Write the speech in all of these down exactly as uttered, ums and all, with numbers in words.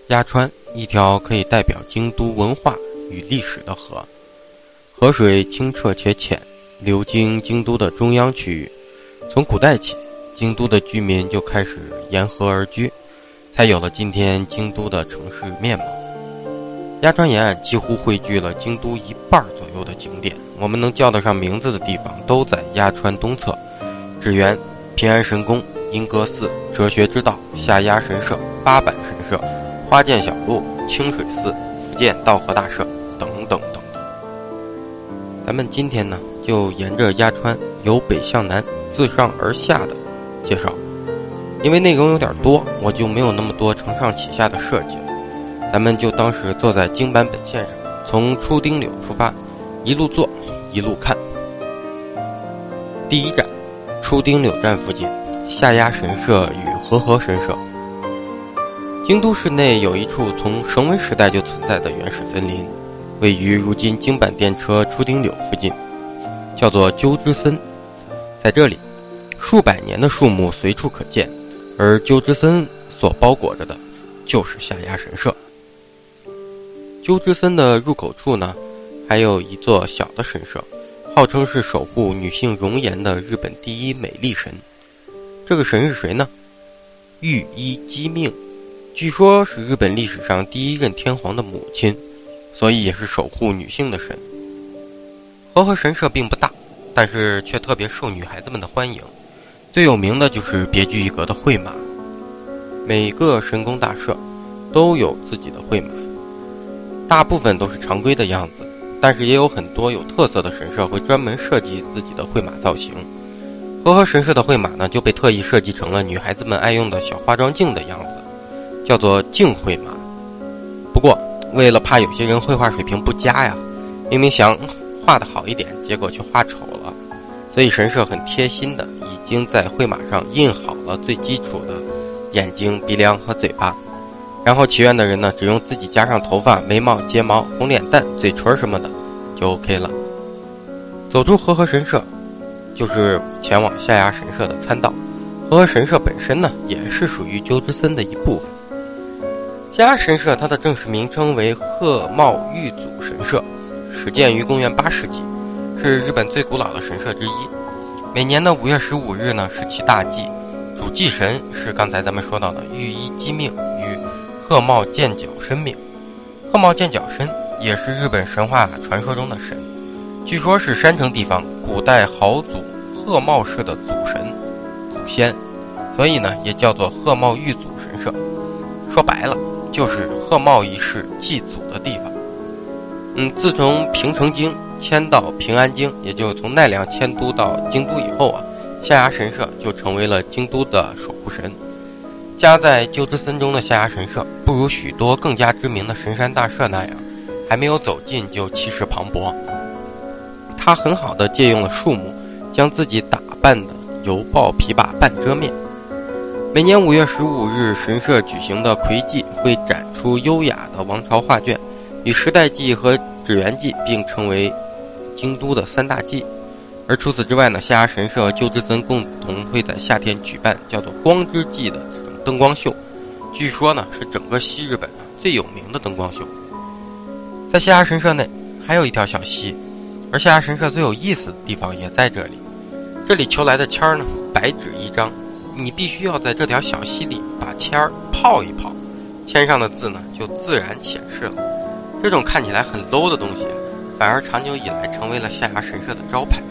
鸭川，一条可以代表京都文化与历史的河，河水清澈且浅，流经京都的中央区域。从古代起，京都的居民就开始沿河而居，才有了今天京都的城市面貌。鸭川沿岸几乎汇聚了京都一半左右的景点，我们能叫得上名字的地方都在鸭川东侧：智园、平安神宫、莺歌寺、哲学之道、下鸭神社、八坂神社、花见小路、清水寺、福建道和大社等等等等。咱们今天呢，就沿着鸭川由北向南自上而下的介绍，因为内容有点多，我就没有那么多承上启下的设计了。咱们就当时坐在京阪本线上，从出丁柳出发，一路坐一路看。第一站，出丁柳站附近，下鸭神社与和合神社。京都市内有一处从绳文时代就存在的原始森林，位于如今京阪电车出丁柳附近，叫做鸠之森。在这里，数百年的树木随处可见，而鸠之森所包裹着的就是下鸭神社。鸠之森的入口处呢，还有一座小的神社，号称是守护女性容颜的日本第一美丽神。这个神是谁呢？御医姬命，据说是日本历史上第一任天皇的母亲，所以也是守护女性的神。和合神社并不大，但是却特别受女孩子们的欢迎。最有名的就是别具一格的绘马，每个神宫大社都有自己的绘马，大部分都是常规的样子，但是也有很多有特色的神社会专门设计自己的绘马造型。和合神社的绘马呢，就被特意设计成了女孩子们爱用的小化妆镜的样子，叫做镜绘马。不过为了怕有些人绘画水平不佳呀，明明想画得好一点，结果却画丑了，所以神社很贴心的已经在绘马上印好了最基础的眼睛、鼻梁和嘴巴，然后祈愿的人呢，只用自己加上头发、眉毛、睫毛、红脸蛋、嘴唇什么的就 OK 了。走出和合神社，就是前往下鸭神社的参道。和合神社本身呢，也是属于鸠之森的一部分。下鸭神社它的正式名称为鹤茂玉祖神社，始建于公元八世纪，是日本最古老的神社之一。每年的五月十五日呢，是其大祭，主祭神是刚才咱们说到的御医姬命与鹤茂见角神命。鹤茂见角神也是日本神话传说中的神，据说是山城地方古代豪族鹤茂氏的祖神祖先，所以呢也叫做鹤茂玉祖神社。说白了就是鹤茂一世祭祖的地方。嗯，自从平城京迁到平安京，也就是从奈良迁都到京都以后啊，下鸭神社就成为了京都的守护神。夹在鸠之森中的下鸭神社，不如许多更加知名的神山大社那样，还没有走近就气势磅礴。它很好的借用了树木，将自己打扮的犹抱琵琶半遮面。每年五月十五日，神社举行的魁祭会展出优雅的王朝画卷，与时代祭和指元祭并称为京都的三大祭。而除此之外呢，下鸭神社和鸠之森共同会在夏天举办叫做光之祭的这种灯光秀，据说呢是整个西日本最有名的灯光秀。在下鸭神社内还有一条小溪，而下鸭神社最有意思的地方也在这里。这里求来的签儿呢，白纸一张，你必须要在这条小溪里把签儿泡一泡，签上的字呢就自然显示了。这种看起来很 low 的东西，反而长久以来成为了下鸭神社的招牌。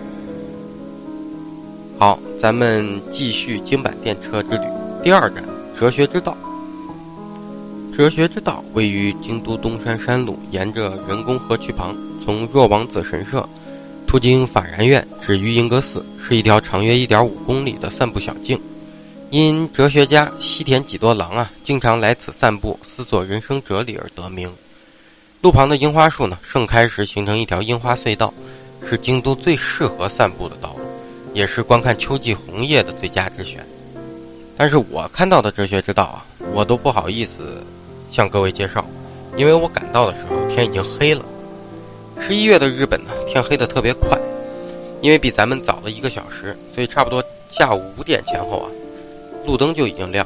好，咱们继续京阪电车之旅。第二站，哲学之道。哲学之道位于京都东山山路，沿着人工河渠旁，从若王子神社途经法然院至于莺歌寺，是一条长约 一点五公里的散步小径。因哲学家西田几多郎啊，经常来此散步，思索人生哲理而得名。路旁的樱花树呢，盛开时形成一条樱花隧道，是京都最适合散步的道路，也是观看秋季红叶的最佳之选。但是我看到的哲学之道啊，我都不好意思向各位介绍，因为我赶到的时候天已经黑了。十一月的日本呢，天黑的特别快，因为比咱们早了一个小时，所以差不多下午五点前后啊，路灯就已经亮，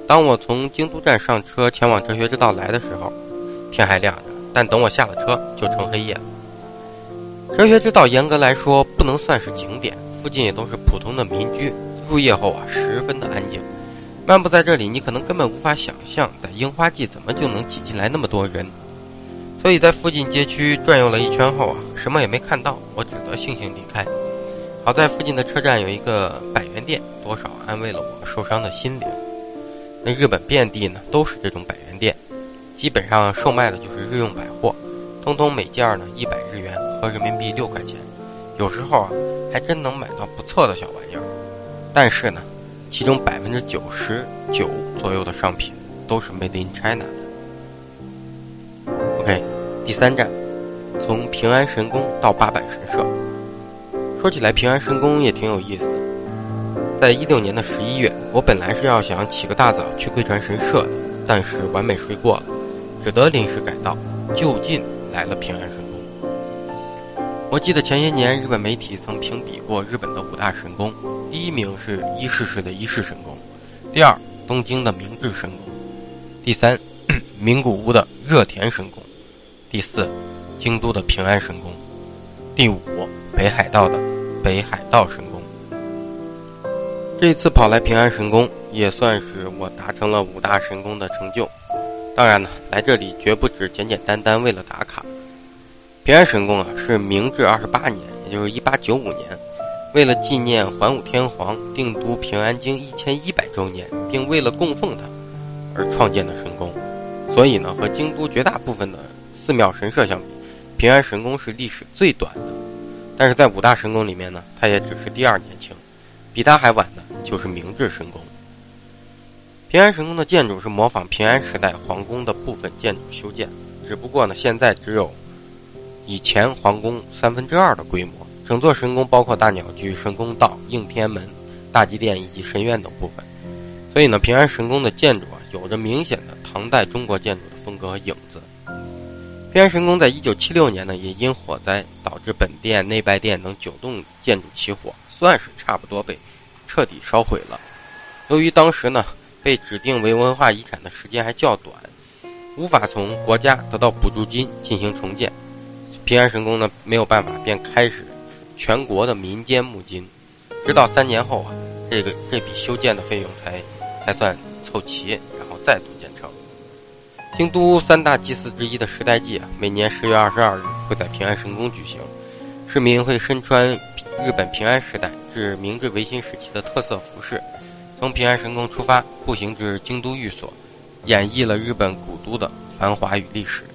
当我从京都站上车前往哲学之道来的时候，天还亮着，但等我下了车就成黑夜了。哲学之道严格来说不能算是景点，附近也都是普通的民居。入夜后啊，十分的安静。漫步在这里，你可能根本无法想象，在樱花季怎么就能挤进来那么多人。所以在附近街区转悠了一圈后啊，什么也没看到，我只得悻悻离开。好在附近的车站有一个百元店，多少安慰了我受伤的心灵。那日本遍地呢都是这种百元店，基本上售卖的就是日用百货，通通每件呢一百日元，合人民币六块钱。有时候啊还真能买到不错的小玩意儿。但是呢，其中百分之九十九左右的商品都是 Made in China 的。OK， 第三站，从平安神宫到八坂神社。说起来，平安神宫也挺有意思的。在一六年的十一月，我本来是要想起个大早去贵船神社的，但是完美睡过了，只得临时改道，就近来了平安神宫。我记得前些年日本媒体曾评比过日本的五大神宫，第一名是伊势市的伊势神宫，第二东京的明治神宫，第三名古屋的热田神宫，第四京都的平安神宫，第五北海道的北海道神宫。这一次跑来平安神宫，也算是我达成了五大神宫的成就。当然呢，来这里绝不只简简单单为了打卡。平安神宫啊，是明治二十八年，也就是一八九五年，为了纪念桓武天皇定都平安京一千一百周年，并为了供奉它而创建的神宫。所以呢，和京都绝大部分的寺庙神社相比，平安神宫是历史最短的。但是在五大神宫里面呢，它也只是第二年轻，比它还晚的就是明治神宫。平安神宫的建筑是模仿平安时代皇宫的部分建筑修建，只不过呢，现在只有以前皇宫三分之二的规模。整座神宫包括大鸟居、神宫道、应天门、大祭殿以及神院等部分。所以呢，平安神宫的建筑啊，有着明显的唐代中国建筑的风格和影子。平安神宫在一九七六年呢，也因火灾导致本殿、内拜殿等九栋建筑起火，算是差不多被彻底烧毁了。由于当时呢被指定为文化遗产的时间还较短，无法从国家得到补助金进行重建，平安神宫呢没有办法，便开始全国的民间募金，直到三年后啊，这个这笔修建的费用才才算凑齐，然后再度建成。京都三大祭祀之一的时代祭啊，每年十月二十二日会在平安神宫举行，市民会身穿日本平安时代至明治维新时期的特色服饰，从平安神宫出发，步行至京都寓所，演绎了日本古都的繁华与历史。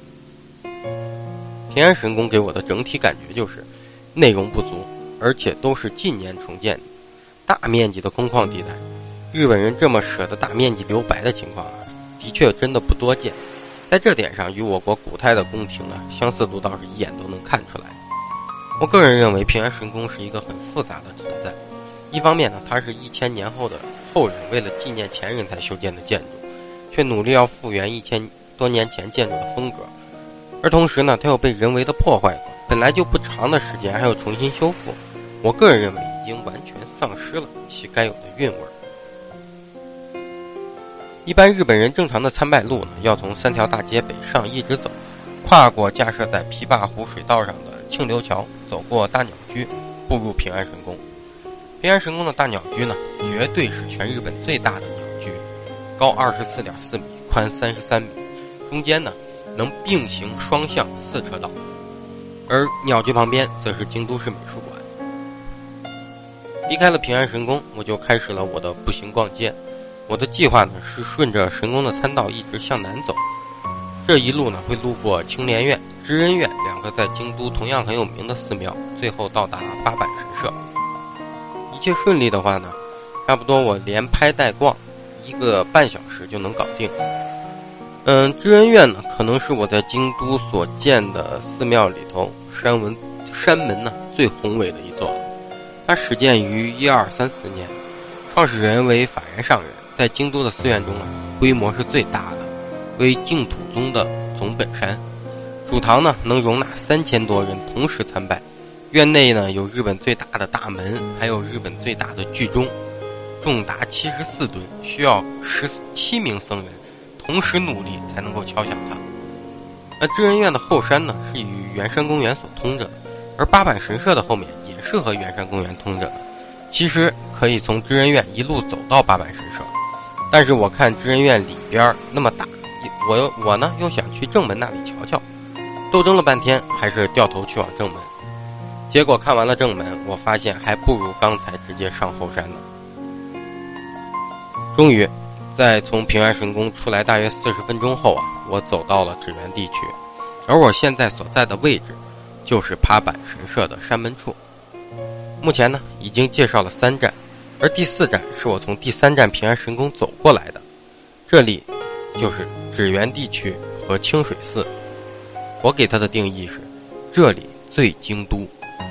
平安神宫给我的整体感觉就是内容不足，而且都是近年重建的大面积的空旷地带。日本人这么舍得大面积留白的情况啊，的确真的不多见。在这点上与我国古代的宫廷啊相似度倒是一眼都能看出来。我个人认为平安神宫是一个很复杂的存在。一方面呢，它是一千年后的后人为了纪念前人才修建的建筑，却努力要复原一千多年前建筑的风格，而同时呢，它又被人为的破坏过，本来就不长的时间还要重新修复，我个人认为已经完全丧失了其该有的韵味。一般日本人正常的参拜路呢，要从三条大街北上一直走，跨过架设在琵琶湖水道上的庆留桥，走过大鸟居，步入平安神宫。平安神宫的大鸟居呢，绝对是全日本最大的鸟居，高 二十四点四米，宽三十三米，中间呢能并行双向四车道，而鸟居旁边则是京都市美术馆。离开了平安神宫，我就开始了我的步行逛街。我的计划呢是顺着神宫的参道一直向南走，这一路呢会路过青莲院、知恩院两个在京都同样很有名的寺庙，最后到达八坂神社。一切顺利的话呢，差不多我连拍带逛一个半小时就能搞定。嗯，知恩院呢可能是我在京都所见的寺庙里头山门山门呢最宏伟的一座了。它始建于一二三四年，创始人为法然上人，在京都的寺院中啊，规模是最大的，为净土宗的总本山。主堂呢能容纳三千多人同时参拜，院内呢有日本最大的大门，还有日本最大的剧钟。 重达七十四吨，需要十七名僧人同时努力才能够敲响它。那知人院的后山呢，是与圆山公园所通着的，而八坂神社的后面也是和圆山公园通着的。其实可以从知人院一路走到八坂神社，但是我看知人院里边那么大，我我呢又想去正门那里瞧瞧，斗争了半天，还是掉头去往正门。结果看完了正门，我发现还不如刚才直接上后山呢。终于在从平安神宫出来大约四十分钟后啊，我走到了指原地区，而我现在所在的位置就是八坂神社的山门处。目前呢已经介绍了三站，而第四站是我从第三站平安神宫走过来的，这里就是指原地区和清水寺。我给它的定义是，这里最京都。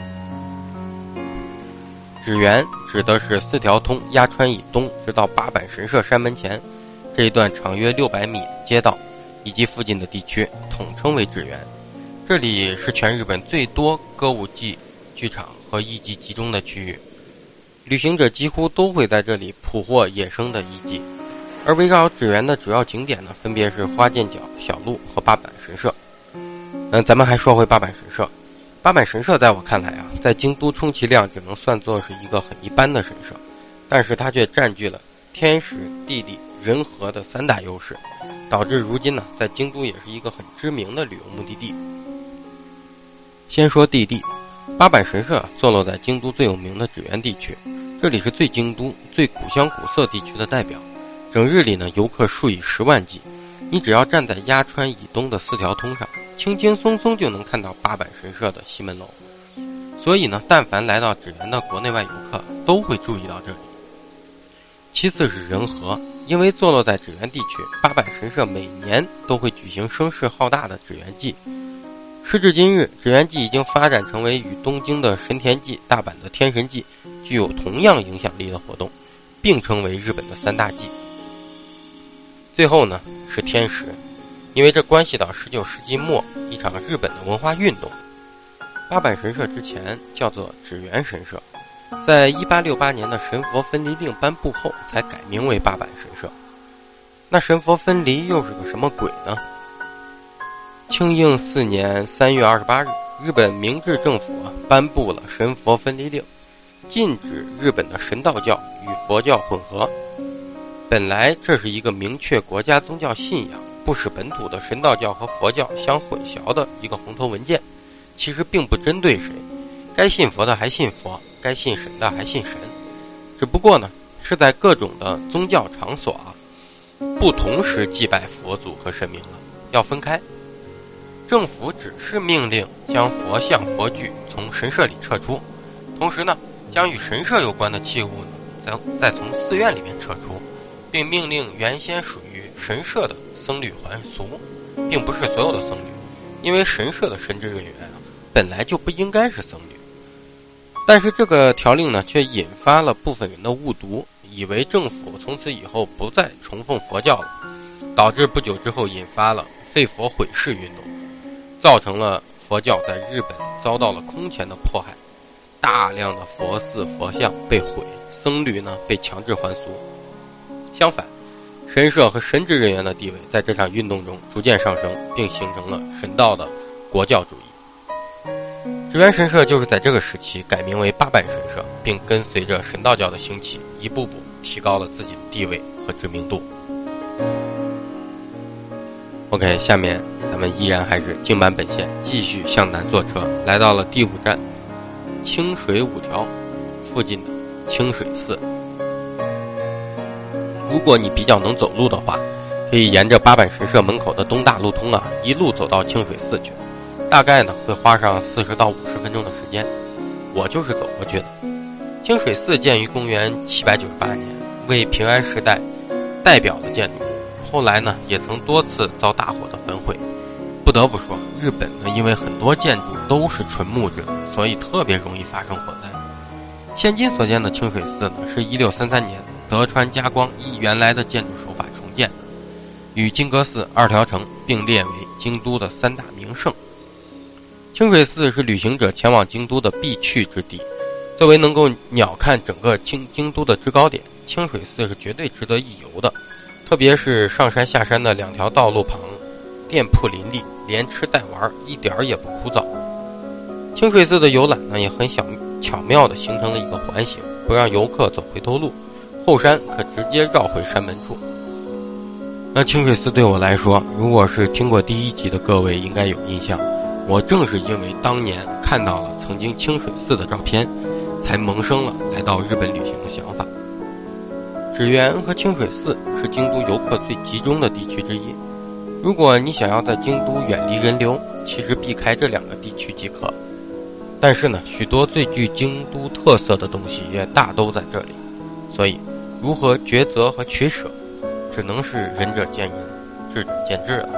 指原指的是四条通鸭川以东直到八坂神社山门前这一段长约六百米的街道以及附近的地区，统称为指原。这里是全日本最多歌舞伎剧场和艺伎集中的区域，旅行者几乎都会在这里捕获野生的艺伎。而围绕指原的主要景点呢，分别是花见角、小路和八坂神社。嗯，咱们还说回八坂神社。八坂神社在我看来啊，在京都充其量只能算作是一个很一般的神社，但是它却占据了天时、地利、人和的三大优势，导致如今呢，在京都也是一个很知名的旅游目的地。先说地利，八坂神社坐落在京都最有名的指原地区，这里是最京都、最古香古色地区的代表。整日里呢，游客数以十万计。你只要站在鸭川以东的四条通上，轻轻松松就能看到八坂神社的西门楼。所以呢，但凡来到指原的国内外游客都会注意到这里。其次是人和，因为坐落在指原地区，八坂神社每年都会举行声势浩大的指原祭。时至今日，指原祭已经发展成为与东京的神田祭、大阪的天神祭具有同样影响力的活动，并称为日本的三大祭。最后呢是天时，因为这关系到十九世纪末一场日本的文化运动。八坂神社之前叫做指原神社，在一八六八年的神佛分离令颁布后才改名为八坂神社。那神佛分离又是个什么鬼呢？庆应四年三月二十八日，日本明治政府颁布了神佛分离令，禁止日本的神道教与佛教混合。本来这是一个明确国家宗教信仰，不使本土的神道教和佛教相混淆的一个红头文件，其实并不针对谁，该信佛的还信佛，该信神的还信神，只不过呢是在各种的宗教场所啊，不同时祭拜佛祖和神明了，要分开。政府只是命令将佛像佛具从神社里撤出，同时呢将与神社有关的器物呢再再从寺院里面撤出，并命令原先属于神社的僧侣还俗，并不是所有的僧侣，因为神社的神职人员啊本来就不应该是僧侣。但是这个条令呢却引发了部分人的误读，以为政府从此以后不再崇奉佛教了，导致不久之后引发了废佛毁世运动，造成了佛教在日本遭到了空前的迫害，大量的佛寺佛像被毁，僧侣呢被强制还俗。相反，神社和神职人员的地位在这场运动中逐渐上升，并形成了神道的国教主义。指原神社就是在这个时期改名为八坂神社，并跟随着神道教的兴起，一步步提高了自己的地位和知名度。OK， 下面咱们依然还是京阪本线，继续向南坐车，来到了第五站清水五条附近的清水寺。如果你比较能走路的话，可以沿着八坂神社门口的东大路通啊，一路走到清水寺去，大概呢会花上四十到五十分钟的时间。我就是走过去的。清水寺建于公元七百九十八年，为平安时代代表的建筑物，后来呢也曾多次遭大火的焚毁。不得不说，日本呢因为很多建筑都是纯木质的，所以特别容易发生火灾。现今所见的清水寺呢，是一六三三年德川家光以原来的建筑手法重建的，与金阁寺、二条城并列为京都的三大名胜。清水寺是旅行者前往京都的必去之地，作为能够鸟瞰整个京京都的制高点， 清水寺是绝对值得一游的，特别是上山下山的两条道路旁，店铺林立，连吃带玩，一点儿也不枯燥。清水寺的游览呢，也很巧巧妙地形成了一个环形，不让游客走回头路，后山可直接绕回山门处。那清水寺对我来说，如果是听过第一集的各位应该有印象，我正是因为当年看到了曾经清水寺的照片，才萌生了来到日本旅行的想法。纸园和清水寺是京都游客最集中的地区之一，如果你想要在京都远离人流，其实避开这两个地区即可。但是呢，许多最具京都特色的东西也大都在这里，所以如何抉择和取舍，只能是仁者见仁，智者见智了。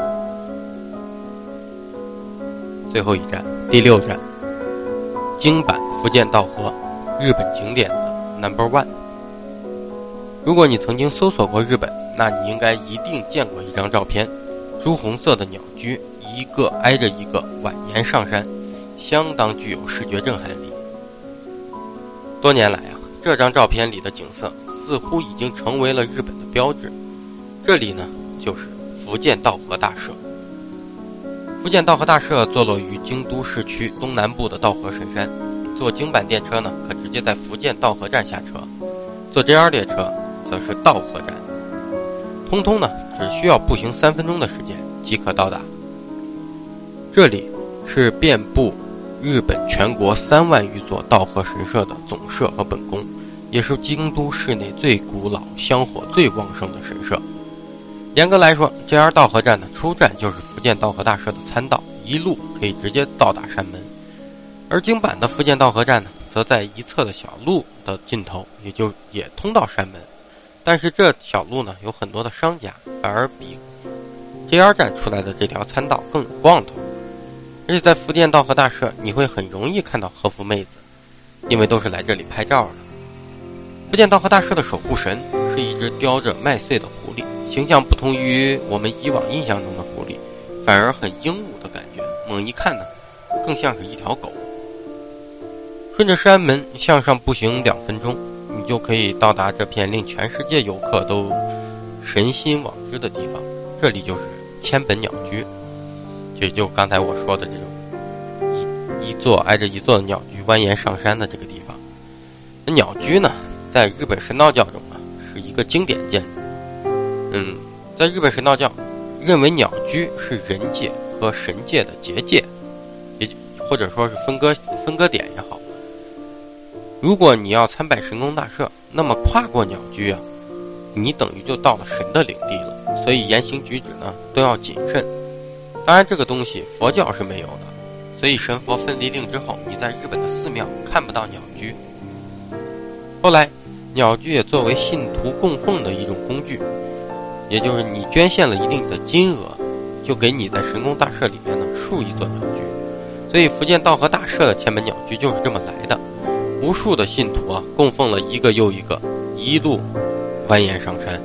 最后一站，第六站，京阪伏见稻荷，日本景点的 number one。如果你曾经搜索过日本，那你应该一定见过一张照片，朱红色的鸟居，一个挨着一个蜿蜒上山，相当具有视觉震撼力。多年来啊，这张照片里的景色似乎已经成为了日本的标志。这里呢，就是伏见稻荷大社。伏见稻荷大社坐落于京都市区东南部的稻荷神山，坐京阪电车呢，可直接在伏见稻荷站下车；坐 J R 列车则是稻荷站，通通呢只需要步行三分钟的时间即可到达。这里是遍布日本全国三万余座稻荷神社的总社和本宫，也是京都市内最古老、香火最旺盛的神社。严格来说 ，J R 稻荷站的出站就是伏见稻荷大社的参道，一路可以直接到达山门。而京阪的伏见稻荷站呢，则在一侧的小路的尽头，也就也通到山门。但是这小路呢，有很多的商家，反而比 J R 站出来的这条参道更有光头。而且在伏见稻荷大社，你会很容易看到和服妹子，因为都是来这里拍照的。伏见稻荷大社的守护神是一只叼着麦穗的狐狸，形象不同于我们以往印象中的狐狸，反而很英武的感觉，猛一看呢，更像是一条狗。顺着山门向上步行两分钟，你就可以到达这片令全世界游客都神心往之的地方，这里就是千本鸟居，也就刚才我说的这种一一座挨着一座的鸟居蜿蜒上山的这个地方。那鸟居呢，在日本神道教中呢，是一个经典建筑。嗯，在日本神道教认为鸟居是人界和神界的结界，也或者说是分割分割点也好。如果你要参拜神宫大社，那么跨过鸟居啊，你等于就到了神的领地了，所以言行举止呢都要谨慎。当然这个东西佛教是没有的，所以神佛分离令之后，你在日本的寺庙看不到鸟居。后来鸟居也作为信徒供奉的一种工具，也就是你捐献了一定的金额，就给你在神宫大社里面呢竖一座鸟居。所以伏见稻荷大社的千本鸟居就是这么来的，无数的信徒啊供奉了一个又一个，一路蜿蜒上山。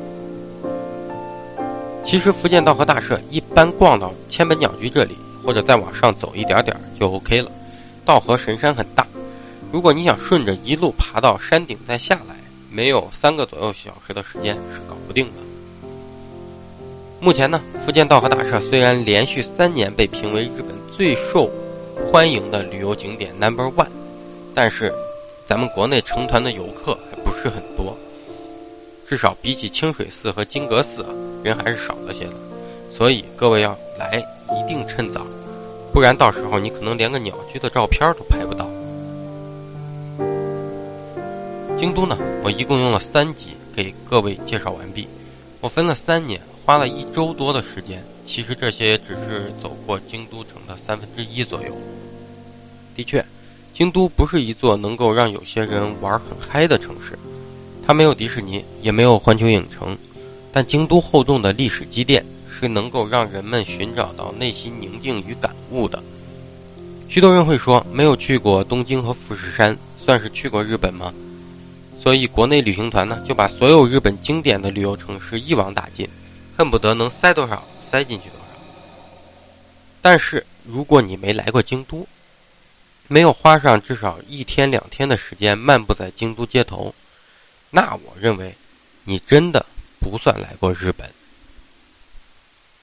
其实伏见稻荷大社一般逛到千本鸟居这里，或者再往上走一点点就 OK 了。稻荷神山很大，如果你想顺着一路爬到山顶再下来，没有三个左右小时的时间是搞不定的。目前呢，伏见稻荷大社虽然连续三年被评为日本最受欢迎的旅游景点 number one， 但是咱们国内成团的游客还不是很多，至少比起清水寺和金阁寺啊，人还是少了些的。所以各位要来一定趁早，不然到时候你可能连个鸟居的照片都拍不到。京都呢，我一共用了三集给各位介绍完毕。我分了三年，花了一周多的时间，其实这些也只是走过京都城的三分之一左右。的确，京都不是一座能够让有些人玩很嗨的城市，它没有迪士尼，也没有环球影城，但京都厚重的历史积淀是能够让人们寻找到内心宁静与感悟的。许多人会说，没有去过东京和富士山，算是去过日本吗？所以国内旅行团呢，就把所有日本经典的旅游城市一网打尽，恨不得能塞多少塞进去多少。但是如果你没来过京都，没有花上至少一天两天的时间漫步在京都街头，那我认为你真的不算来过日本。